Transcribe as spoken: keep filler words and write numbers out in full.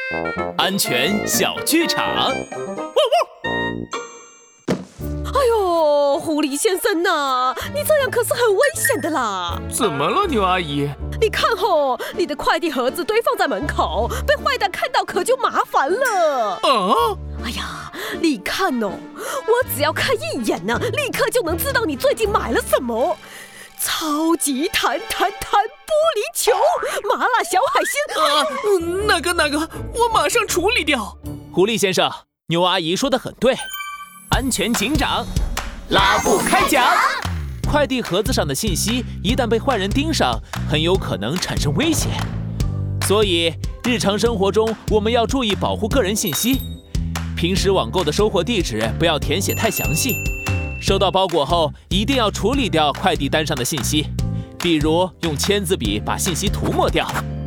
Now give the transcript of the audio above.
安全小剧场。 哎呦，狐狸先生呐，你这样可是很危险的啦！ 怎么了，牛阿姨？ 你看吼，你的快递盒子堆放在门口，被坏蛋看到可就麻烦了。 啊！ 哎呀，你看哦，我只要看一眼呢、啊，立刻就能知道你最近买了什么。超级弹弹弹玻璃球，麻辣小海鲜。 啊，那个那个，我马上处理掉。 狐狸先生，牛阿姨说得很对。安全警长，拉布开讲。快递盒子上的信息一旦被坏人盯上，很有可能产生危险。所以日常生活中我们要注意保护个人信息。平时网购的收货地址不要填写太详细。收到包裹后，一定要处理掉快递单上的信息，比如用签字笔把信息涂抹掉。